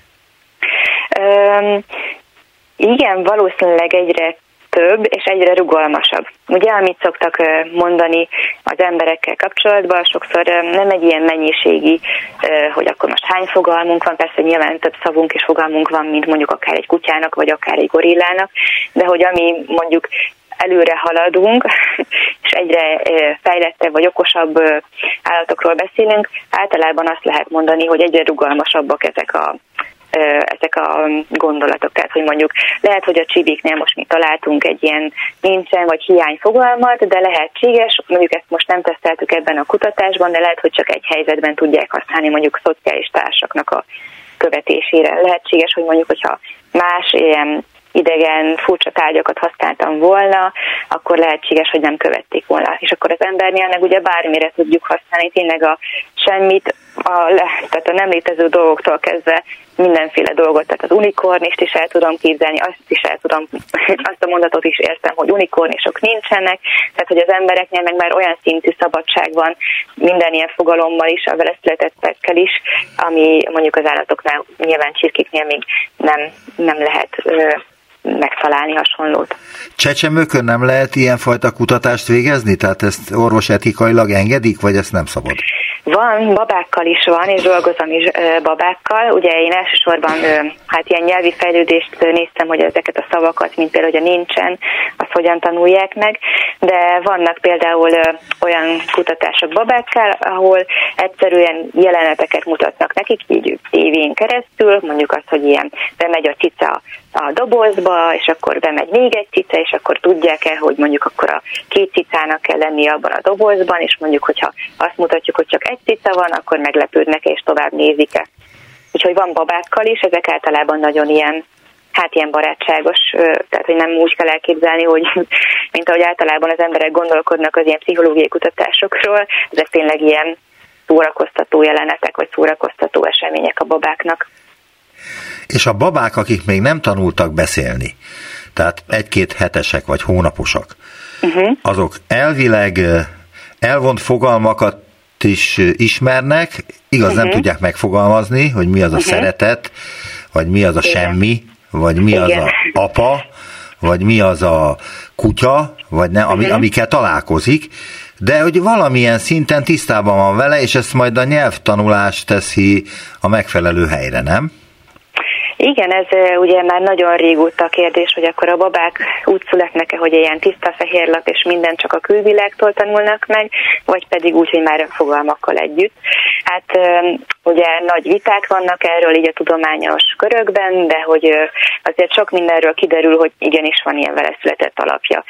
S4: Um, igen, valószínűleg egyre több és egyre rugalmasabb. Ugye, amit szoktak mondani az emberekkel kapcsolatban, sokszor nem egy ilyen mennyiségi, hogy akkor most hány fogalmunk van, persze nyilván több szavunk és fogalmunk van, mint mondjuk akár egy kutyának, vagy akár egy gorillának, de hogy ami mondjuk előre haladunk, és egyre fejlettebb vagy okosabb állatokról beszélünk, általában azt lehet mondani, hogy egyre rugalmasabbak ezek a, ezek a gondolatok. Tehát, hogy mondjuk lehet, hogy a csibéknél most mi találtunk egy ilyen nincsen vagy hiány fogalmat, de lehetséges, mondjuk ezt most nem teszteltük ebben a kutatásban, de lehet, hogy csak egy helyzetben tudják használni mondjuk szociális társaknak a követésére. Lehetséges, hogy mondjuk, hogyha más ilyen idegen, furcsa tárgyakat használtam volna, akkor lehetséges, hogy nem követték volna. És akkor az embernél meg ugye bármire tudjuk használni, tényleg a semmit, a, tehát a nem létező dolgoktól kezdve mindenféle dolgot, tehát az unikornist is el tudom képzelni, azt is el tudom, azt a mondatot is értem, hogy unikornisok nincsenek, tehát hogy az embereknél meg már olyan szintű szabadság van minden ilyen fogalommal is, a vele születettekkel is, ami mondjuk az állatoknál, nyilván csirkéknél még nem, nem lehet ö, megtalálni hasonlót.
S2: Csecsemőkön nem lehet ilyenfajta kutatást végezni? Tehát ezt orvosetikailag engedik, vagy ezt nem szabad?
S4: Van, babákkal is van, és dolgozom is babákkal. Ugye én elsősorban hát ilyen nyelvi fejlődést néztem, hogy ezeket a szavakat, mint például, hogy a nincsen, azt hogyan tanulják meg, de vannak például olyan kutatások babákkal, ahol egyszerűen jeleneteket mutatnak nekik, így tévén keresztül, mondjuk azt, hogy ilyen bemegy a cica a dobozba, és akkor bemegy még egy cica, és akkor tudják el, hogy mondjuk akkor a két cicának kell lenni abban a dobozban, és mondjuk, hogyha azt mutatjuk, hogy csak egy cica van, akkor meglepődnek, és tovább nézik-e. Úgyhogy van babákkal is, ezek általában nagyon ilyen, hát ilyen barátságos, tehát hogy nem úgy kell elképzelni, hogy mint ahogy általában az emberek gondolkodnak az ilyen pszichológiai kutatásokról, ezek tényleg ilyen szórakoztató jelenetek, vagy szórakoztató események a babáknak.
S2: És a babák, akik még nem tanultak beszélni, tehát egy-két hetesek vagy hónaposak, uh-huh. azok elvileg elvont fogalmakat is ismernek, igaz, uh-huh. nem tudják megfogalmazni, hogy mi az a uh-huh. szeretet, vagy mi az a Igen. semmi, vagy mi Igen. az a apa, vagy mi az a kutya, vagy ne, ami, uh-huh. amikkel találkozik, de hogy valamilyen szinten tisztában van vele, és ezt majd a nyelvtanulás teszi a megfelelő helyre, nem?
S4: Igen, ez ugye már nagyon régóta kérdés, hogy akkor a babák úgy születnek-e, hogy ilyen tiszta fehér lap és minden csak a külvilágtól tanulnak meg, vagy pedig úgy, hogy már fogalmakkal együtt. Hát ugye nagy viták vannak erről így a tudományos körökben, de hogy azért sok mindenről kiderül, hogy igenis van ilyen vele született alapja.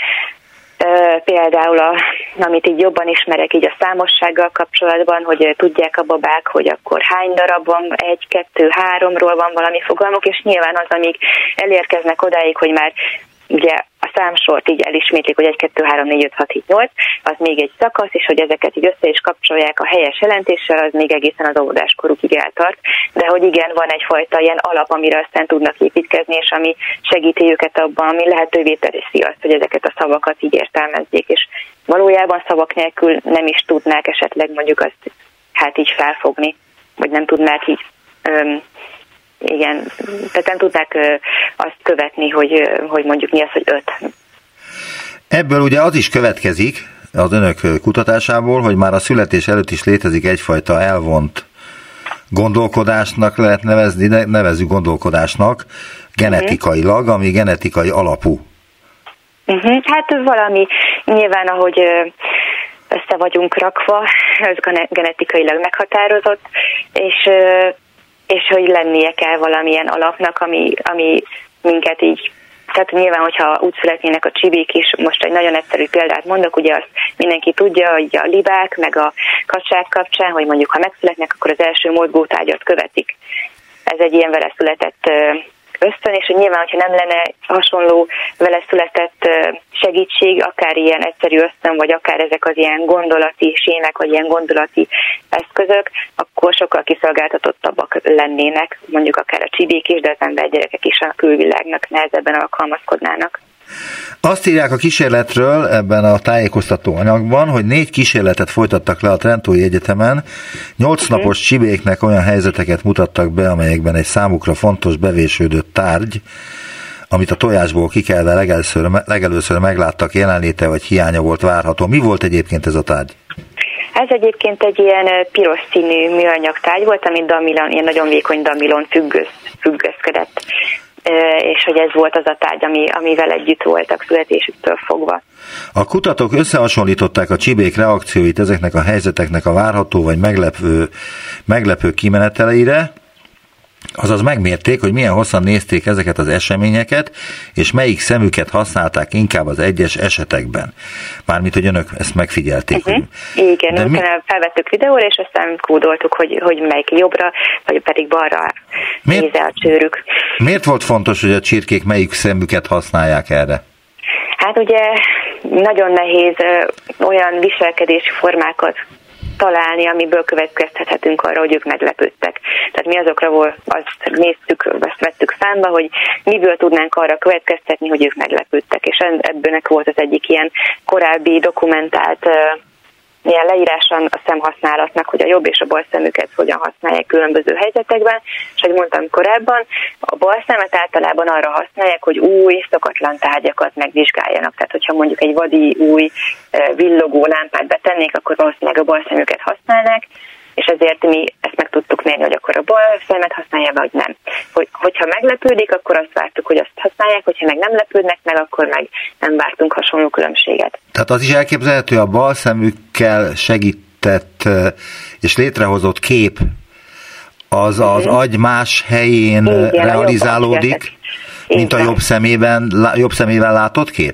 S4: Például, a, amit így jobban ismerek így a számossággal kapcsolatban, hogy tudják a babák, hogy akkor hány darab van, egy, kettő, háromról van valami fogalmuk, és nyilván az, amíg elérkeznek odáig, hogy már ugye a számsort így elismétlik, hogy egy, kettő, három, négy, öt, hat, hét, nyolc, az még egy szakasz, és hogy ezeket így össze is kapcsolják a helyes jelentéssel, az még egészen az óvodáskorukig eltart. De hogy igen, van egyfajta ilyen alap, amire aztán tudnak építkezni, és ami segíti őket abban, ami lehetővé teszi azt, hogy ezeket a szavakat így értelmezzék, és valójában szavak nélkül nem is tudnák esetleg mondjuk azt hát így felfogni, vagy nem tudnák így öm, igen, tehát nem tudnák ö, azt követni, hogy, ö, hogy mondjuk mi az, hogy öt.
S2: Ebből ugye az is következik az önök kutatásából, hogy már a születés előtt is létezik egyfajta elvont gondolkodásnak, lehet nevezni, de nevezzük gondolkodásnak, genetikailag, ami genetikai alapú. Uh-huh.
S4: Hát valami nyilván, ahogy össze vagyunk rakva, ez genetikailag meghatározott, és és hogy lennie kell valamilyen alapnak, ami, ami minket így, tehát nyilván, hogyha úgy születnének a csibék is, most egy nagyon egyszerű példát mondok, ugye azt mindenki tudja, hogy a libák, meg a kacsák kapcsán, hogy mondjuk ha megszületnek, akkor az első mozgótárgyat követik. Ez egy ilyen vele született ösztön, és hogy nyilván, hogyha nem lenne hasonló vele született segítség, akár ilyen egyszerű ösztön, vagy akár ezek az ilyen gondolati sémek, vagy ilyen gondolati eszközök, akkor sokkal kiszolgáltatottabbak lennének, mondjuk akár a csibék is, de az embergyerekek is a külvilágnak nehezebben alkalmazkodnának.
S2: Azt írják a kísérletről ebben a tájékoztató anyagban, hogy négy kísérletet folytattak le a Trentói Egyetemen, nyolc uh-huh. napos csibéknek olyan helyzeteket mutattak be, amelyekben egy számukra fontos bevésődött tárgy, amit a tojásból kikelve legelőször, legelőször megláttak, jelenléte vagy hiánya volt várható. Mi volt egyébként ez a tárgy?
S4: Ez egyébként egy ilyen piros színű műanyag tárgy volt, amit damilon, ilyen nagyon vékony damilon függöz, függözkedett. És hogy ez volt az a tárgy, ami, amivel együtt voltak születésüktől fogva.
S2: A kutatók összehasonlították a csibék reakcióit ezeknek a helyzeteknek a várható vagy meglepő, meglepő kimeneteleire, azaz megmérték, hogy milyen hosszan nézték ezeket az eseményeket, és melyik szemüket használták inkább az egyes esetekben. Mármint, hogy önök ezt megfigyelték.
S4: Uh-huh. Igen, de mi... felvettük videóra, és aztán kódoltuk, hogy, hogy melyik jobbra, vagy pedig balra nézze a csőrük.
S2: Miért volt fontos, hogy a csirkék melyik szemüket használják erre?
S4: Hát ugye nagyon nehéz ö, olyan viselkedési formákat találni, amiből következtethetünk arra, hogy ők meglepődtek. Tehát mi azokra volt, azt néztük, azt vettük számba, hogy miből tudnánk arra következtetni, hogy ők meglepődtek. És ebből volt az egyik ilyen korábbi dokumentált ilyen leírása a szemhasználatnak, hogy a jobb és a bal szemüket hogyan használják különböző helyzetekben, és ahogy mondtam korábban, a bal szemet általában arra használják, hogy új, szokatlan tárgyakat megvizsgáljanak. Tehát, hogyha mondjuk egy vadi új villogó lámpát betennék, akkor valószínűleg a bal szemüket használnák, és ezért mi ezt meg tudtuk mérni, hogy akkor a bal szemet használja, vagy nem. Hogy, hogyha meglepődik, akkor azt vártuk, hogy azt használják, hogyha meg nem lepődnek meg, akkor meg nem vártunk hasonló különbséget.
S2: Tehát az is elképzelhető, a bal szemükkel segített és létrehozott kép az az mm-hmm. agy más helyén igen, realizálódik, a mint a jobb szemében, jobb szemével látott kép?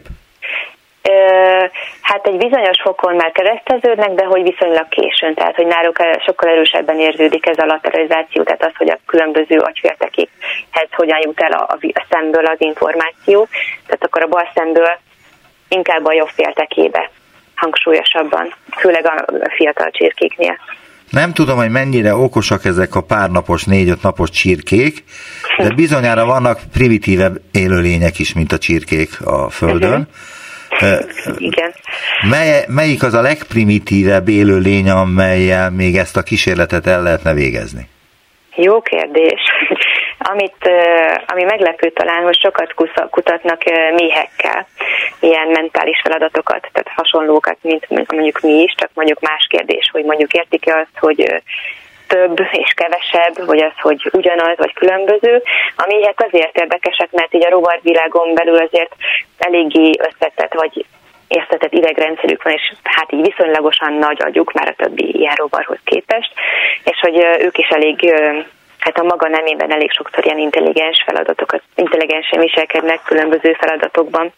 S4: Hát egy bizonyos fokon már kereszteződnek, de hogy viszonylag későn, tehát hogy náluk sokkal erősebben érződik ez a lateralizáció, tehát az, hogy a különböző agyféltekékhez hogyan jut el a, a szemből az információ, tehát akkor a bal szemből inkább a jobb féltekébe hangsúlyosabban, főleg a fiatal csirkéknél.
S2: Nem tudom, hogy mennyire okosak ezek a párnapos, négy-öt napos csirkék, de bizonyára vannak primitívebb élőlények is, mint a csirkék a Földön.
S4: Igen.
S2: Mely, melyik az a legprimitívebb élőlény, amellyel még ezt a kísérletet el lehetne végezni?
S4: Jó kérdés. Amit, ami meglepő talán, hogy sokat kutatnak méhekkel, ilyen mentális feladatokat, tehát hasonlókat, mint mondjuk mi is, csak mondjuk más kérdés, hogy mondjuk értik-e azt, hogy több és kevesebb, vagy az, hogy ugyanaz, vagy különböző. A méhek azért érdekesek, mert így a rovarvilágon belül azért eléggé összetett, vagy összetett idegrendszerük van, és hát így viszonylagosan nagy agyuk már a többi ilyen rovarhoz képest, és hogy ők is elég, hát a maga nemében elég sokszor ilyen intelligens feladatokat, intelligensen viselkednek különböző feladatokban.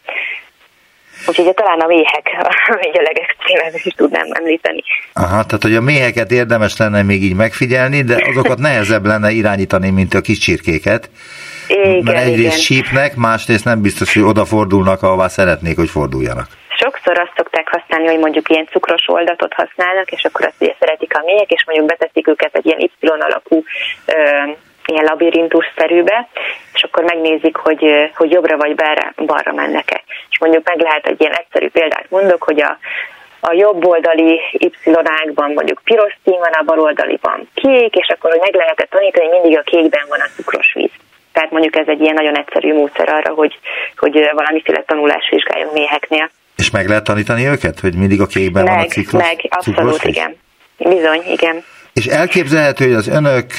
S4: Úgyhogy talán a méhek, így a legextrémebb is tudnám említeni.
S2: Aha, tehát hogy a méheket érdemes lenne még így megfigyelni, de azokat nehezebb lenne irányítani, mint a kis csirkéket. Igen, mert egyrészt igen. sípnek, másrészt nem biztos, hogy odafordulnak, ahová szeretnék, hogy forduljanak.
S4: Sokszor azt szokták használni, hogy mondjuk ilyen cukros oldatot használnak, és akkor azt ugye szeretik a méhek, és mondjuk beteszik őket egy ilyen Y alakú ö, ilyen labirintus-szerűbe, és akkor megnézik, hogy, hogy jobbra vagy balra, balra mennek-e. És mondjuk meg lehet egy ilyen egyszerű példát mondok, hogy a, a jobb oldali Y-ágban mondjuk piros szín van, a bal oldaliban kék, és akkor hogy meg lehet tanítani, hogy mindig a kékben van a cukros víz. Tehát mondjuk ez egy ilyen nagyon egyszerű módszer arra, hogy, hogy valamiféle tanulás vizsgáljon méheknél. És
S2: meg lehet tanítani őket, hogy mindig a kékben
S4: meg,
S2: van a ciklos,
S4: meg, abszolút, igen. Bizony, igen.
S2: És elképzelhető, hogy az önök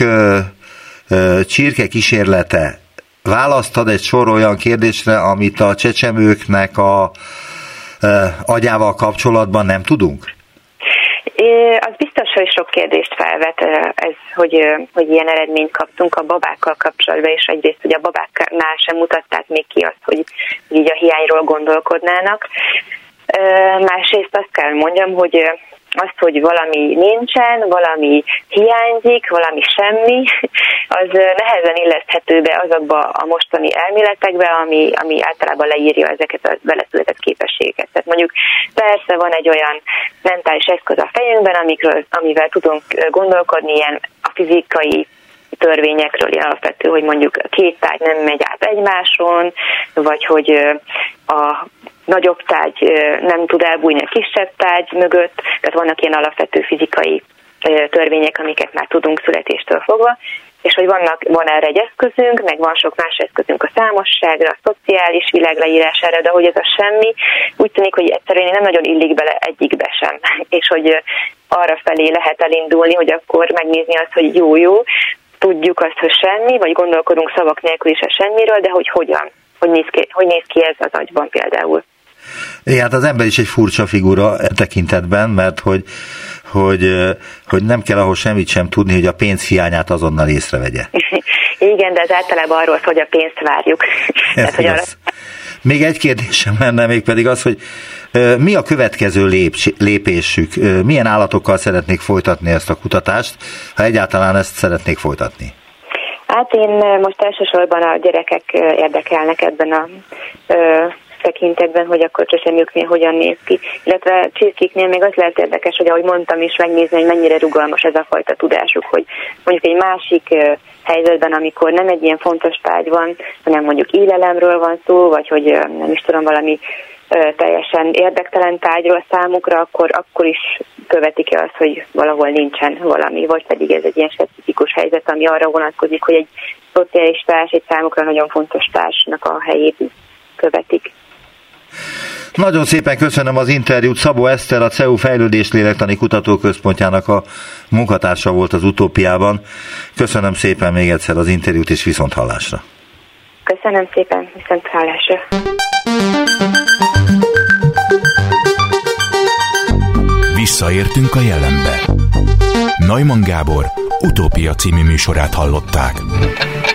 S2: csirke kísérlete választad egy sor olyan kérdésre, amit a csecsemőknek a agyával kapcsolatban nem tudunk?
S4: É, az biztos, hogy sok kérdést felvet ez, hogy, hogy ilyen eredményt kaptunk a babákkal kapcsolatban, és egyrészt, hogy a babáknál sem mutatták még ki azt, hogy így a hiányról gondolkodnának. Másrészt azt kell mondjam, hogy azt, hogy valami nincsen, valami hiányzik, valami semmi, az nehezen illeszthető be azokba a mostani elméletekbe, ami, ami általában leírja ezeket a beleszületett képességeket. Tehát mondjuk persze van egy olyan mentális eszköz a fejünkben, amikről, amivel tudunk gondolkodni, ilyen a fizikai törvényekről ilyen alapvető, hogy mondjuk két tárgy nem megy át egymáson, vagy hogy a nagyobb tárgy nem tud elbújni a kisebb tárgy mögött, tehát vannak ilyen alapvető fizikai törvények, amiket már tudunk születéstől fogva, és hogy vannak, van erre egy eszközünk, meg van sok más eszközünk a számosságra, a szociális világ leírására, de hogy ez a semmi, úgy tűnik, hogy egyszerűen nem nagyon illik bele egyikbe sem, és hogy arra felé lehet elindulni, hogy akkor megnézni azt, hogy jó-jó, tudjuk azt, hogy semmi, vagy gondolkodunk szavak nélkül is a semmiről, de hogy hogyan, hogy néz ki, hogy néz ki ez az agyban például.
S2: Igen, hát az ember is egy furcsa figura e tekintetben, mert hogy, hogy, hogy nem kell ahhoz semmit sem tudni, hogy a pénz hiányát azonnal észrevegye.
S4: Igen, de ez általában arról, hogy a pénzt várjuk. Tehát, hogy arra...
S2: Még egy kérdésem lenne, még pedig az, hogy mi a következő lépésük? Milyen állatokkal szeretnék folytatni ezt a kutatást, ha egyáltalán ezt szeretnék folytatni?
S4: Hát én most elsősorban a gyerekek érdekelnek ebben a ö, tekintetben, hogy akkor csecsemőknél hogyan néz ki. Illetve csirkéknél még az lehet érdekes, hogy ahogy mondtam is, megnézni, hogy mennyire rugalmas ez a fajta tudásuk, hogy mondjuk egy másik ö, helyzetben, amikor nem egy ilyen fontos tárgy van, hanem mondjuk ílelemről van szó, vagy hogy ö, nem is tudom, valami ö, teljesen érdektelen tárgyról számukra, akkor, akkor is követik-e azt, hogy valahol nincsen valami, vagy pedig ez egy ilyen specifikus helyzet, ami arra vonatkozik, hogy egy szociális társ, egy számukra nagyon fontos társnak a helyét követik.
S2: Nagyon szépen köszönöm az interjút. Szabó Eszter, a cé e u Fejlődés Lélektani Kutatóközpontjának a munkatársa volt az Utópiában. Köszönöm szépen még egyszer az interjút, és viszont hallásra.
S4: Köszönöm szépen, viszont hallásra.
S1: Visszaértünk a jelenbe. Neumann Gábor Utópia című műsorát hallották.